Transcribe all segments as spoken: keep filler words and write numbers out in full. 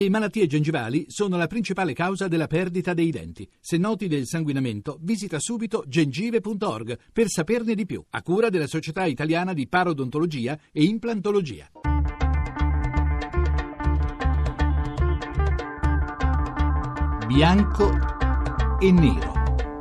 Le malattie gengivali sono la principale causa della perdita dei denti. Se noti del sanguinamento, visita subito gengive punto org per saperne di più, a cura della Società Italiana di Parodontologia e Implantologia. Bianco e nero.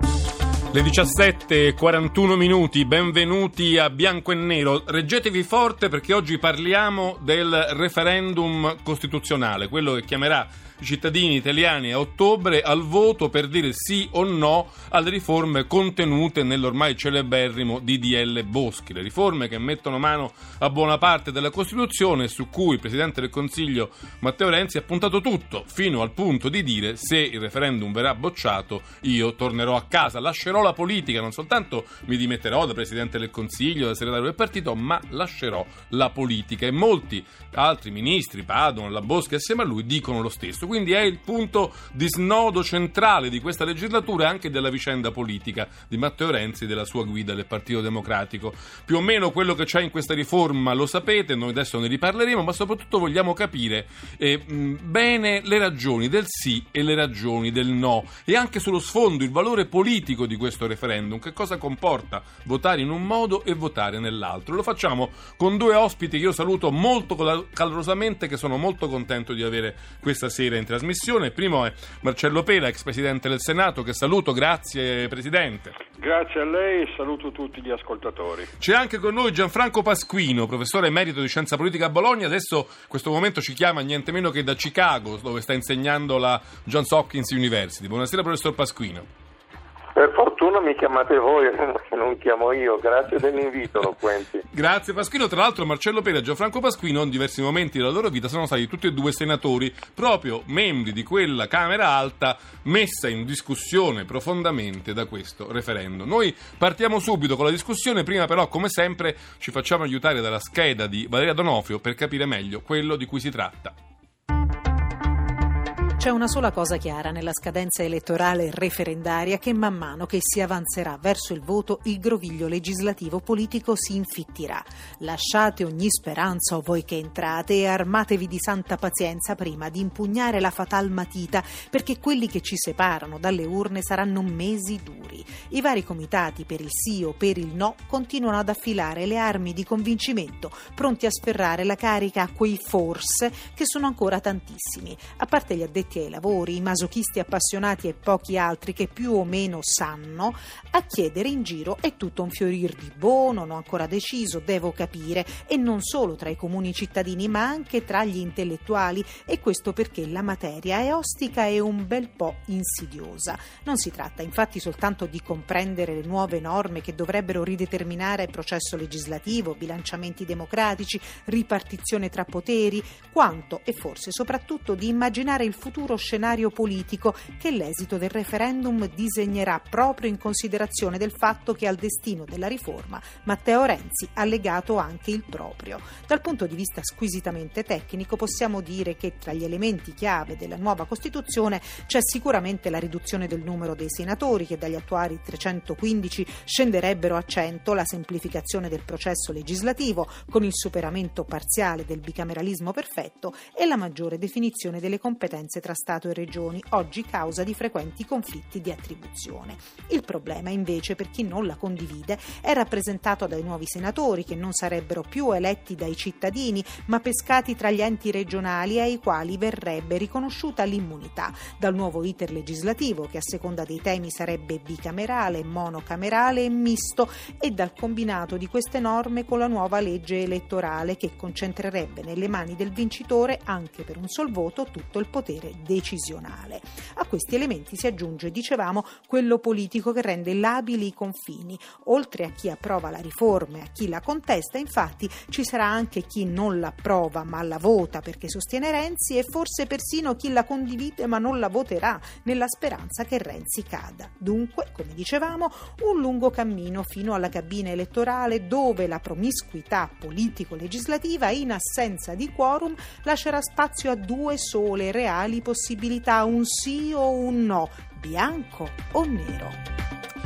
Le diciassette e quarantuno minuti, benvenuti a Bianco e Nero. Reggetevi forte perché oggi parliamo del referendum costituzionale, quello che chiamerà i cittadini italiani a ottobre al voto per dire sì o no alle riforme contenute nell'ormai celeberrimo D D L Boschi, le riforme che mettono mano a buona parte della Costituzione, su cui il Presidente del Consiglio Matteo Renzi ha puntato tutto, fino al punto di dire: se il referendum verrà bocciato io tornerò a casa, lascerò la politica, non soltanto mi dimetterò da Presidente del Consiglio, da segretario del partito, ma lascerò la politica. E molti altri ministri, Padoan, la Boschi assieme a lui, dicono lo stesso. Quindi è il punto di snodo centrale di questa legislatura e anche della vicenda politica di Matteo Renzi e della sua guida del Partito Democratico. Più o meno quello che c'è in questa riforma lo sapete, noi adesso ne riparleremo, ma soprattutto vogliamo capire eh, bene le ragioni del sì e le ragioni del no, e anche sullo sfondo il valore politico di questo referendum, che cosa comporta votare in un modo e votare nell'altro. Lo facciamo con due ospiti che io saluto molto calorosamente, che sono molto contento di avere questa sera in trasmissione. Il primo è Marcello Pera, ex Presidente del Senato, che saluto. Grazie Presidente. Grazie a lei e saluto tutti gli ascoltatori. C'è anche con noi Gianfranco Pasquino, professore emerito di Scienza Politica a Bologna, adesso in questo momento ci chiama niente meno che da Chicago, dove sta insegnando la Johns Hopkins University. Buonasera professor Pasquino. Per fortuna mi chiamate voi, non chiamo io. Grazie dell'invito, Loquenti. Grazie Pasquino. Tra l'altro Marcello Pera e Gianfranco Pasquino in diversi momenti della loro vita sono stati tutti e due senatori, proprio membri di quella Camera Alta messa in discussione profondamente da questo referendum. Noi partiamo subito con la discussione, prima però come sempre ci facciamo aiutare dalla scheda di Valeria Donofrio per capire meglio quello di cui si tratta. C'è una sola cosa chiara nella scadenza elettorale referendaria: che man mano che si avanzerà verso il voto il groviglio legislativo politico si infittirà. Lasciate ogni speranza o voi che entrate e armatevi di santa pazienza prima di impugnare la fatal matita, perché quelli che ci separano dalle urne saranno mesi duri. I vari comitati per il sì o per il no continuano ad affilare le armi di convincimento, pronti a sferrare la carica a quei forse che sono ancora tantissimi, a parte gli addetti ai lavori, i masochisti appassionati e pochi altri che più o meno sanno. A chiedere in giro è tutto un fiorir di boh, non ho ancora deciso, devo capire, e non solo tra i comuni cittadini ma anche tra gli intellettuali, e questo perché la materia è ostica e un bel po' insidiosa. Non si tratta infatti soltanto di comprendere le nuove norme che dovrebbero rideterminare il processo legislativo, bilanciamenti democratici, ripartizione tra poteri, quanto e forse soprattutto di immaginare il futuro scenario politico che l'esito del referendum disegnerà proprio in considerazione del fatto che al destino della riforma Matteo Renzi ha legato anche il proprio. Dal punto di vista squisitamente tecnico possiamo dire che tra gli elementi chiave della nuova Costituzione c'è sicuramente la riduzione del numero dei senatori, che dagli attuali trecentoquindici scenderebbero a cento, la semplificazione del processo legislativo con il superamento parziale del bicameralismo perfetto e la maggiore definizione delle competenze tra Stato e Regioni, oggi causa di frequenti conflitti di attribuzione. Il problema invece, per chi non la condivide, è rappresentato dai nuovi senatori, che non sarebbero più eletti dai cittadini ma pescati tra gli enti regionali ai quali verrebbe riconosciuta l'immunità, dal nuovo iter legislativo che a seconda dei temi sarebbe bicamerale, monocamerale e misto, e dal combinato di queste norme con la nuova legge elettorale che concentrerebbe nelle mani del vincitore, anche per un sol voto, tutto il potere decisionale. A questi elementi si aggiunge, dicevamo, quello politico che rende labili i confini. Oltre a chi approva la riforma e a chi la contesta, infatti, ci sarà anche chi non l'approva ma la vota perché sostiene Renzi, e forse persino chi la condivide ma non la voterà nella speranza che Renzi cada. Dunque, come dicevamo, un lungo cammino fino alla cabina elettorale, dove la promiscuità politico-legislativa, in assenza di quorum, lascerà spazio a due sole reali possibilità: un sì o un no, bianco o nero.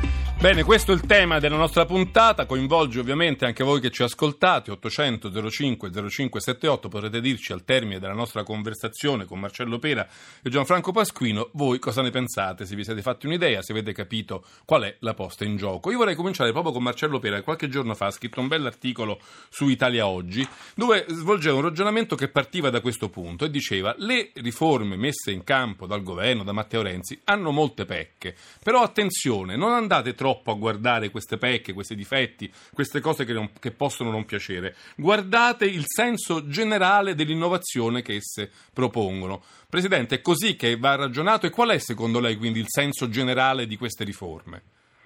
Bene, questo è il tema della nostra puntata, coinvolge ovviamente anche voi che ci ascoltate, ottocento zero cinque zero cinque settantotto, potrete dirci al termine della nostra conversazione con Marcello Pera e Gianfranco Pasquino voi cosa ne pensate, se vi siete fatti un'idea, se avete capito qual è la posta in gioco. Io vorrei cominciare proprio con Marcello Pera, che qualche giorno fa ha scritto un bell'articolo su Italia Oggi, dove svolgeva un ragionamento che partiva da questo punto e diceva: le riforme messe in campo dal governo, da Matteo Renzi, hanno molte pecche, però attenzione, non andate troppo a guardare queste pecche, questi difetti, queste cose che, non, che possono non piacere. Guardate il senso generale dell'innovazione che esse propongono. Presidente, è così che va ragionato, e qual è secondo lei quindi il senso generale di queste riforme?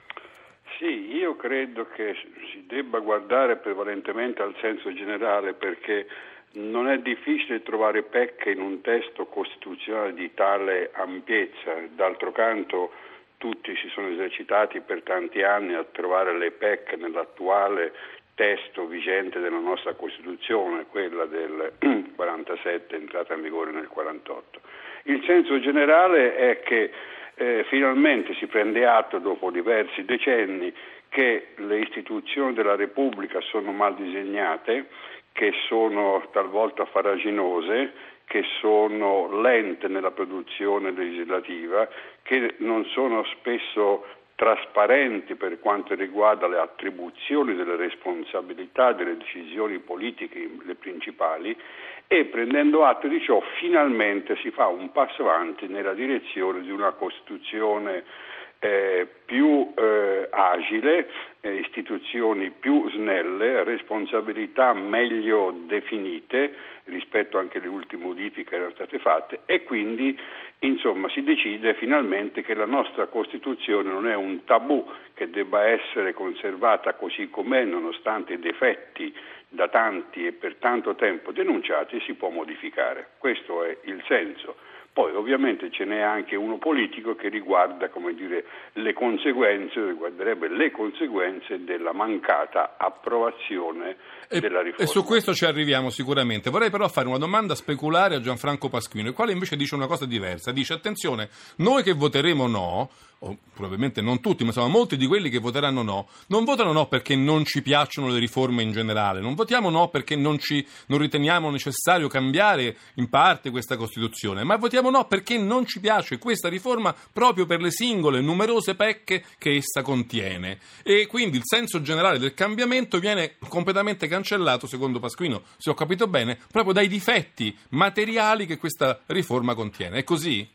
Sì, io credo che si debba guardare prevalentemente al senso generale, perché non è difficile trovare pecche in un testo costituzionale di tale ampiezza. D'altro canto tutti si sono esercitati per tanti anni a trovare le pecche nell'attuale testo vigente della nostra Costituzione, quella del quarantasette, entrata in vigore nel quarantotto. Il senso generale è che eh, finalmente si prende atto, dopo diversi decenni, che le istituzioni della Repubblica sono mal disegnate, che sono talvolta farraginose, che sono lente nella produzione legislativa, che non sono spesso trasparenti per quanto riguarda le attribuzioni delle responsabilità delle decisioni politiche, le principali, e prendendo atto di ciò finalmente si fa un passo avanti nella direzione di una Costituzione eh, più eh, agile, eh, istituzioni più snelle, responsabilità meglio definite rispetto anche alle ultime modifiche che erano state fatte, e quindi insomma si decide finalmente che la nostra Costituzione non è un tabù che debba essere conservata così com'è, nonostante i difetti da tanti e per tanto tempo denunciati, si può modificare. Questo è il senso. Poi ovviamente ce n'è anche uno politico che riguarda, come dire, le conseguenze, riguarderebbe le conseguenze della mancata approvazione e, della riforma. E su questo ci arriviamo sicuramente. Vorrei però fare una domanda speculare a Gianfranco Pasquino, il quale invece dice una cosa diversa. Dice: attenzione, noi che voteremo no, o probabilmente non tutti, ma insomma molti di quelli che voteranno no, non votano no perché non ci piacciono le riforme in generale, non votiamo no perché non, ci, non riteniamo necessario cambiare in parte questa Costituzione, ma votiamo no perché non ci piace questa riforma proprio per le singole numerose pecche che essa contiene, e quindi il senso generale del cambiamento viene completamente cancellato, secondo Pasquino, se ho capito bene, proprio dai difetti materiali che questa riforma contiene. È così?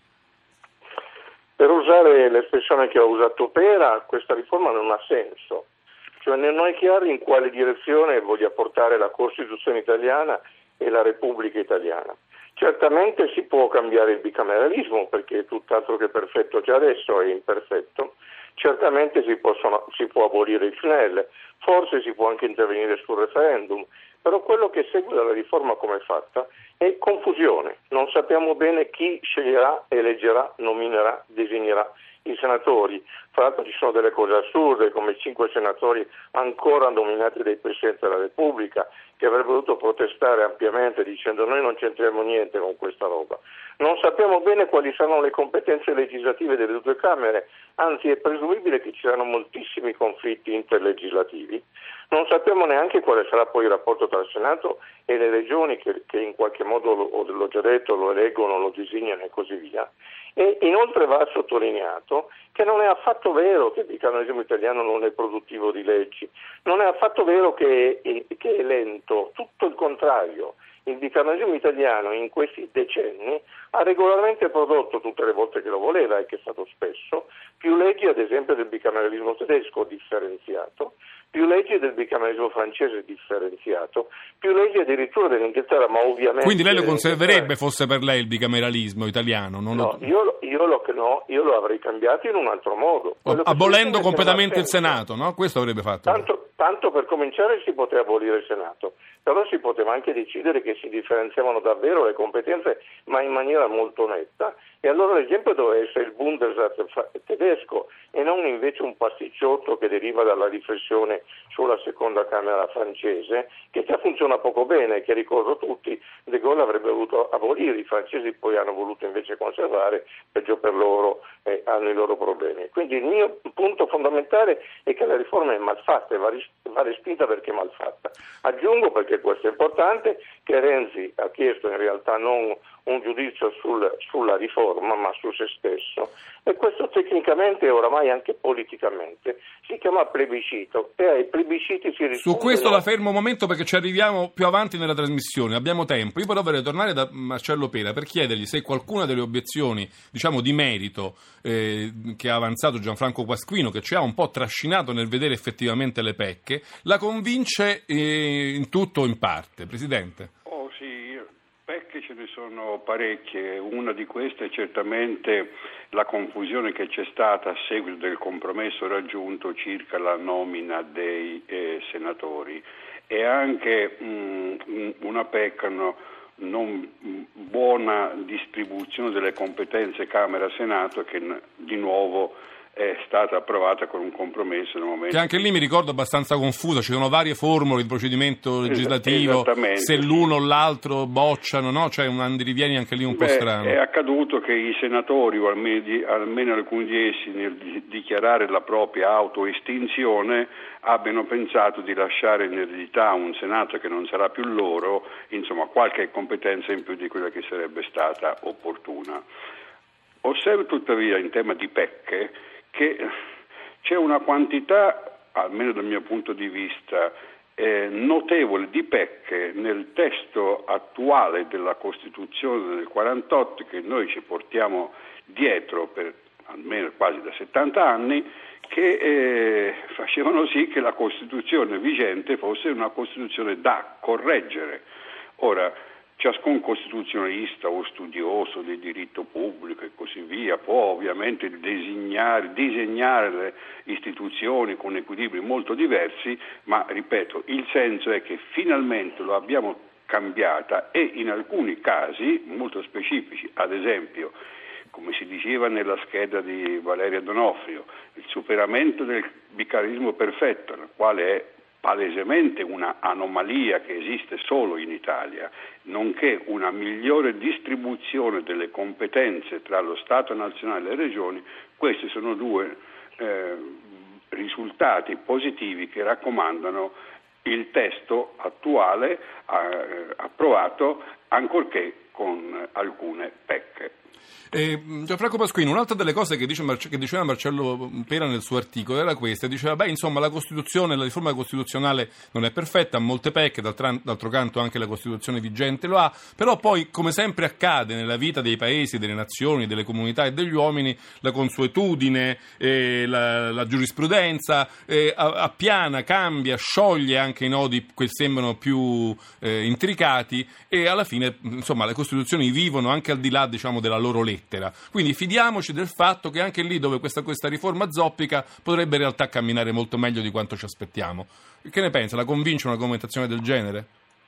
Per usare l'espressione che ho usato Pera, questa riforma non ha senso, cioè non è chiaro in quale direzione voglia portare la Costituzione italiana e la Repubblica italiana. Certamente si può cambiare il bicameralismo, perché è tutt'altro che perfetto già adesso, è imperfetto. Certamente si, possono, si può abolire il snelle, forse si può anche intervenire sul referendum, però quello che segue dalla riforma come è fatta è confusione. Non sappiamo bene chi sceglierà, eleggerà, nominerà, designerà i senatori. Fra l'altro ci sono delle cose assurde, come cinque senatori ancora nominati dai Presidenti della Repubblica, che avrebbero dovuto protestare ampiamente dicendo: noi non c'entriamo niente con questa roba. Non sappiamo bene quali saranno le competenze legislative delle due Camere, anzi è presumibile che ci saranno moltissimi conflitti interlegislativi. Non sappiamo neanche quale sarà poi il rapporto tra il Senato e le regioni che, che in qualche modo, lo, l'ho già detto, lo eleggono, lo disegnano e così via. E inoltre va sottolineato che non è affatto vero che il bicameralismo italiano non è produttivo di leggi, non è affatto vero che è, che è lento, tutto il contrario. Il bicameralismo italiano in questi decenni ha regolarmente prodotto, tutte le volte che lo voleva e che è stato spesso, più leggi ad esempio del bicameralismo tedesco differenziato, più leggi del bicameralismo francese differenziato, più leggi addirittura dell'Inghilterra, ma ovviamente... Quindi lei lo conserverebbe fosse per lei il bicameralismo italiano? Non no, lo... io, io, lo, no, io lo avrei cambiato in un altro modo. Quello Abolendo completamente il Senato, no? Questo avrebbe fatto. Tanto, tanto per cominciare si poteva abolire il Senato. però si poteva anche decidere che si differenziavano davvero le competenze, ma in maniera molto netta, e allora l'esempio doveva essere il Bundesrat tedesco e non invece un pasticciotto che deriva dalla riflessione sulla seconda Camera francese, che già funziona poco bene, che ricordo tutti, De Gaulle avrebbe voluto abolire, i francesi poi hanno voluto invece conservare, peggio per loro, eh, hanno i loro problemi. Quindi il mio punto fondamentale è che la riforma è mal fatta e va, ris- va respinta perché è mal fatta. Aggiungo, perché questo è importante, che Renzi ha chiesto in realtà non un giudizio sul, sulla riforma ma su se stesso, e questo tecnicamente e oramai anche politicamente si chiama plebiscito, e ai plebisciti si risponde. Su questo la fermo un momento perché ci arriviamo più avanti nella trasmissione, abbiamo tempo. Io però vorrei tornare da Marcello Pera per chiedergli se qualcuna delle obiezioni, diciamo di merito, eh, che ha avanzato Gianfranco Pasquino, che ci ha un po' trascinato nel vedere effettivamente le pecche, la convince eh, in tutto o in parte. Presidente? Oh sì, pecche ce ne sono parecchie. Una di queste è certamente la confusione che c'è stata a seguito del compromesso raggiunto circa la nomina dei eh, senatori, e anche mh, una pecca no, non buona distribuzione delle competenze Camera-Senato, che di nuovo è stata approvata con un compromesso nel momento. Che anche lì mi ricordo abbastanza confusa, ci sono varie formule di procedimento legislativo, se l'uno o l'altro bocciano, no? C'è un andirivieni anche lì un Beh, po' strano. È accaduto che i senatori, o almeno, di, almeno alcuni di essi, nel di, dichiarare la propria autoestinzione, abbiano pensato di lasciare in eredità un Senato che non sarà più loro, insomma qualche competenza in più di quella che sarebbe stata opportuna. Osservo tuttavia in tema di pecche che c'è una quantità, almeno dal mio punto di vista, eh, notevole di pecche nel testo attuale della Costituzione del quarantotto, che noi ci portiamo dietro per almeno quasi da settanta anni, che eh, facevano sì che la Costituzione vigente fosse una Costituzione da correggere. Ora, ciascun costituzionalista o studioso di diritto pubblico e così via può ovviamente disegnare, disegnare le istituzioni con equilibri molto diversi, ma ripeto, il senso è che finalmente lo abbiamo cambiata, e in alcuni casi molto specifici, ad esempio, come si diceva nella scheda di Valeria D'Onofrio, il superamento del bicameralismo perfetto, il quale è palesemente una anomalia che esiste solo in Italia, nonché una migliore distribuzione delle competenze tra lo Stato nazionale e le regioni. Questi sono due eh, risultati positivi che raccomandano il testo attuale eh, approvato, ancorché con alcune pecche. Eh, Gianfranco Pasquino, un'altra delle cose che, dice Marce- che diceva Marcello Pera nel suo articolo era questa: diceva, beh, insomma, la Costituzione, la riforma costituzionale non è perfetta, ha molte pecche, d'altro, d'altro canto anche la Costituzione vigente lo ha, però poi, come sempre accade nella vita dei paesi, delle nazioni, delle comunità e degli uomini, la consuetudine, eh, la, la giurisprudenza eh, appiana, cambia, scioglie anche i nodi che sembrano più eh, intricati, e alla fine, insomma, le Costituzioni vivono anche al di là, diciamo, della loro lettera. Quindi fidiamoci del fatto che anche lì dove questa, questa riforma zoppica potrebbe in realtà camminare molto meglio di quanto ci aspettiamo. Che ne pensa? La convince un'argomentazione del genere?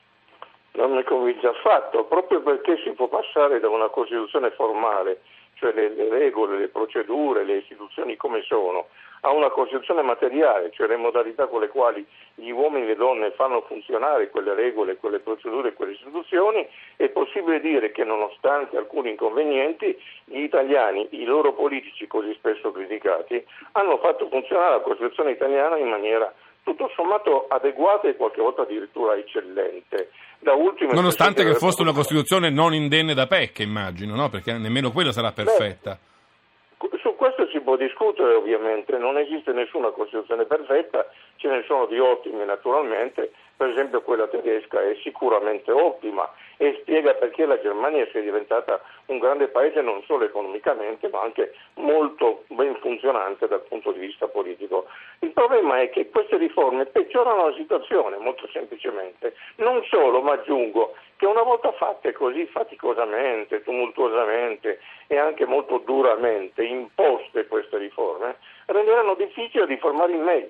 Non mi convince affatto, proprio perché si può passare da una Costituzione formale, cioè le, le regole, le procedure, le istituzioni come sono, a una Costituzione materiale, cioè le modalità con le quali gli uomini e le donne fanno funzionare quelle regole, quelle procedure e quelle istituzioni. È possibile dire che, nonostante alcuni inconvenienti, gli italiani, i loro politici così spesso criticati, hanno fatto funzionare la Costituzione italiana in maniera tutto sommato adeguata e qualche volta addirittura eccellente. Da ultimo, nonostante che fosse una Costituzione non indenne da pecche, immagino, no? Perché nemmeno quella sarà perfetta. Beh, su questo si può discutere, ovviamente, non esiste nessuna Costituzione perfetta, ce ne sono di ottime naturalmente, per esempio quella tedesca è sicuramente ottima e spiega perché la Germania sia diventata un grande paese non solo economicamente ma anche molto ben funzionante dal punto di vista politico. Il problema è che queste riforme peggiorano la situazione, molto semplicemente. Non solo, ma aggiungo che una volta fatte così faticosamente, tumultuosamente e anche molto duramente imposte queste riforme, renderanno difficile riformare in meglio.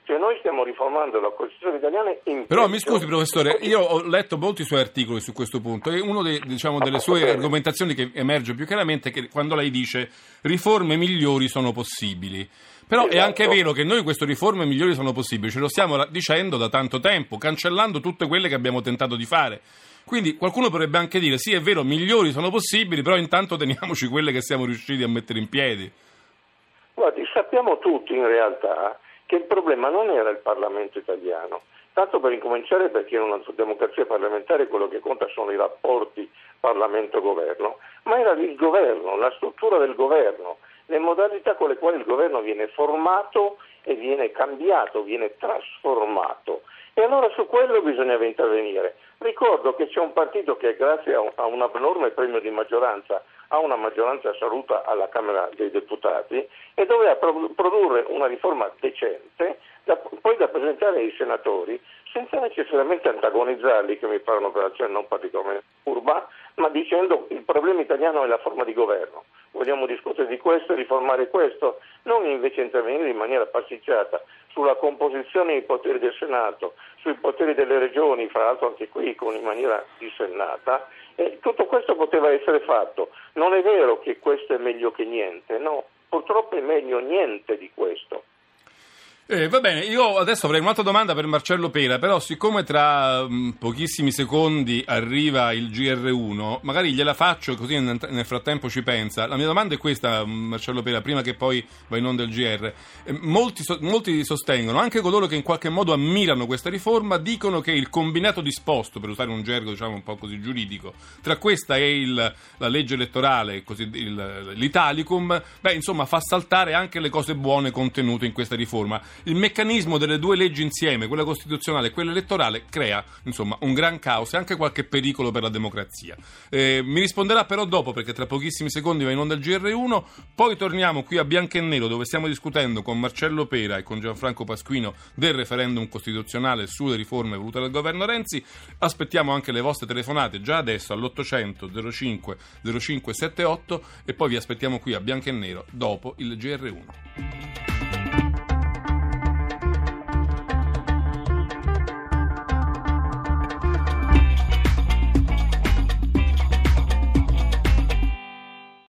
Cioè noi stiamo riformando la Costituzione italiana in Però peggio. mi scusi professore, io ho letto molti suoi articoli su questo punto e una diciamo, delle sue bene. argomentazioni che emerge più chiaramente è che quando lei dice riforme migliori sono possibili. Però Esatto. è anche vero che noi queste riforme migliori sono possibili, ce lo stiamo dicendo da tanto tempo, cancellando tutte quelle che abbiamo tentato di fare. Quindi qualcuno potrebbe anche dire sì, è vero, migliori sono possibili, però intanto teniamoci quelle che siamo riusciti a mettere in piedi. Guardi, sappiamo tutti in realtà che il problema non era il Parlamento italiano. Tanto per incominciare, perché in una democrazia parlamentare quello che conta sono i rapporti Parlamento-Governo, ma era il governo, la struttura del governo, le modalità con le quali il governo viene formato e viene cambiato, viene trasformato. E allora su quello bisognava intervenire. Ricordo che c'è un partito che grazie a un abnorme premio di maggioranza ha una maggioranza assoluta alla Camera dei Deputati e doveva produrre una riforma decente, da, poi da presentare ai senatori, senza necessariamente antagonizzarli, che mi pare un'operazione non particolarmente furba, ma dicendo il problema italiano è la forma di governo. Vogliamo discutere di questo e riformare questo, non invece intervenire in maniera pasticciata sulla composizione dei poteri del Senato, sui poteri delle regioni, fra l'altro anche qui con in maniera dissennata. E tutto questo poteva essere fatto. Non è vero che questo è meglio che niente, no, purtroppo è meglio niente di questo. Eh, va bene, io adesso avrei un'altra domanda per Marcello Pera, però siccome tra mh, pochissimi secondi arriva il G R uno, magari gliela faccio così nel, nel frattempo ci pensa. La mia domanda è questa, Marcello Pera, prima che poi va in onda il G R. Eh, molti, so, molti sostengono, anche coloro che in qualche modo ammirano questa riforma, dicono che il combinato disposto, per usare un gergo diciamo un po' così giuridico, tra questa e il, la legge elettorale, così, il, l'Italicum, beh insomma fa saltare anche le cose buone contenute in questa riforma. Il meccanismo delle due leggi insieme, quella costituzionale e quella elettorale, crea insomma un gran caos e anche qualche pericolo per la democrazia. Eh, mi risponderà però dopo, perché tra pochissimi secondi va in onda il G R uno, poi torniamo qui a Bianco e Nero dove stiamo discutendo con Marcello Pera e con Gianfranco Pasquino del referendum costituzionale sulle riforme volute dal governo Renzi. Aspettiamo anche le vostre telefonate già adesso all'ottocento zero cinque zero cinque settantotto e poi vi aspettiamo qui a Bianco e Nero dopo il G R uno.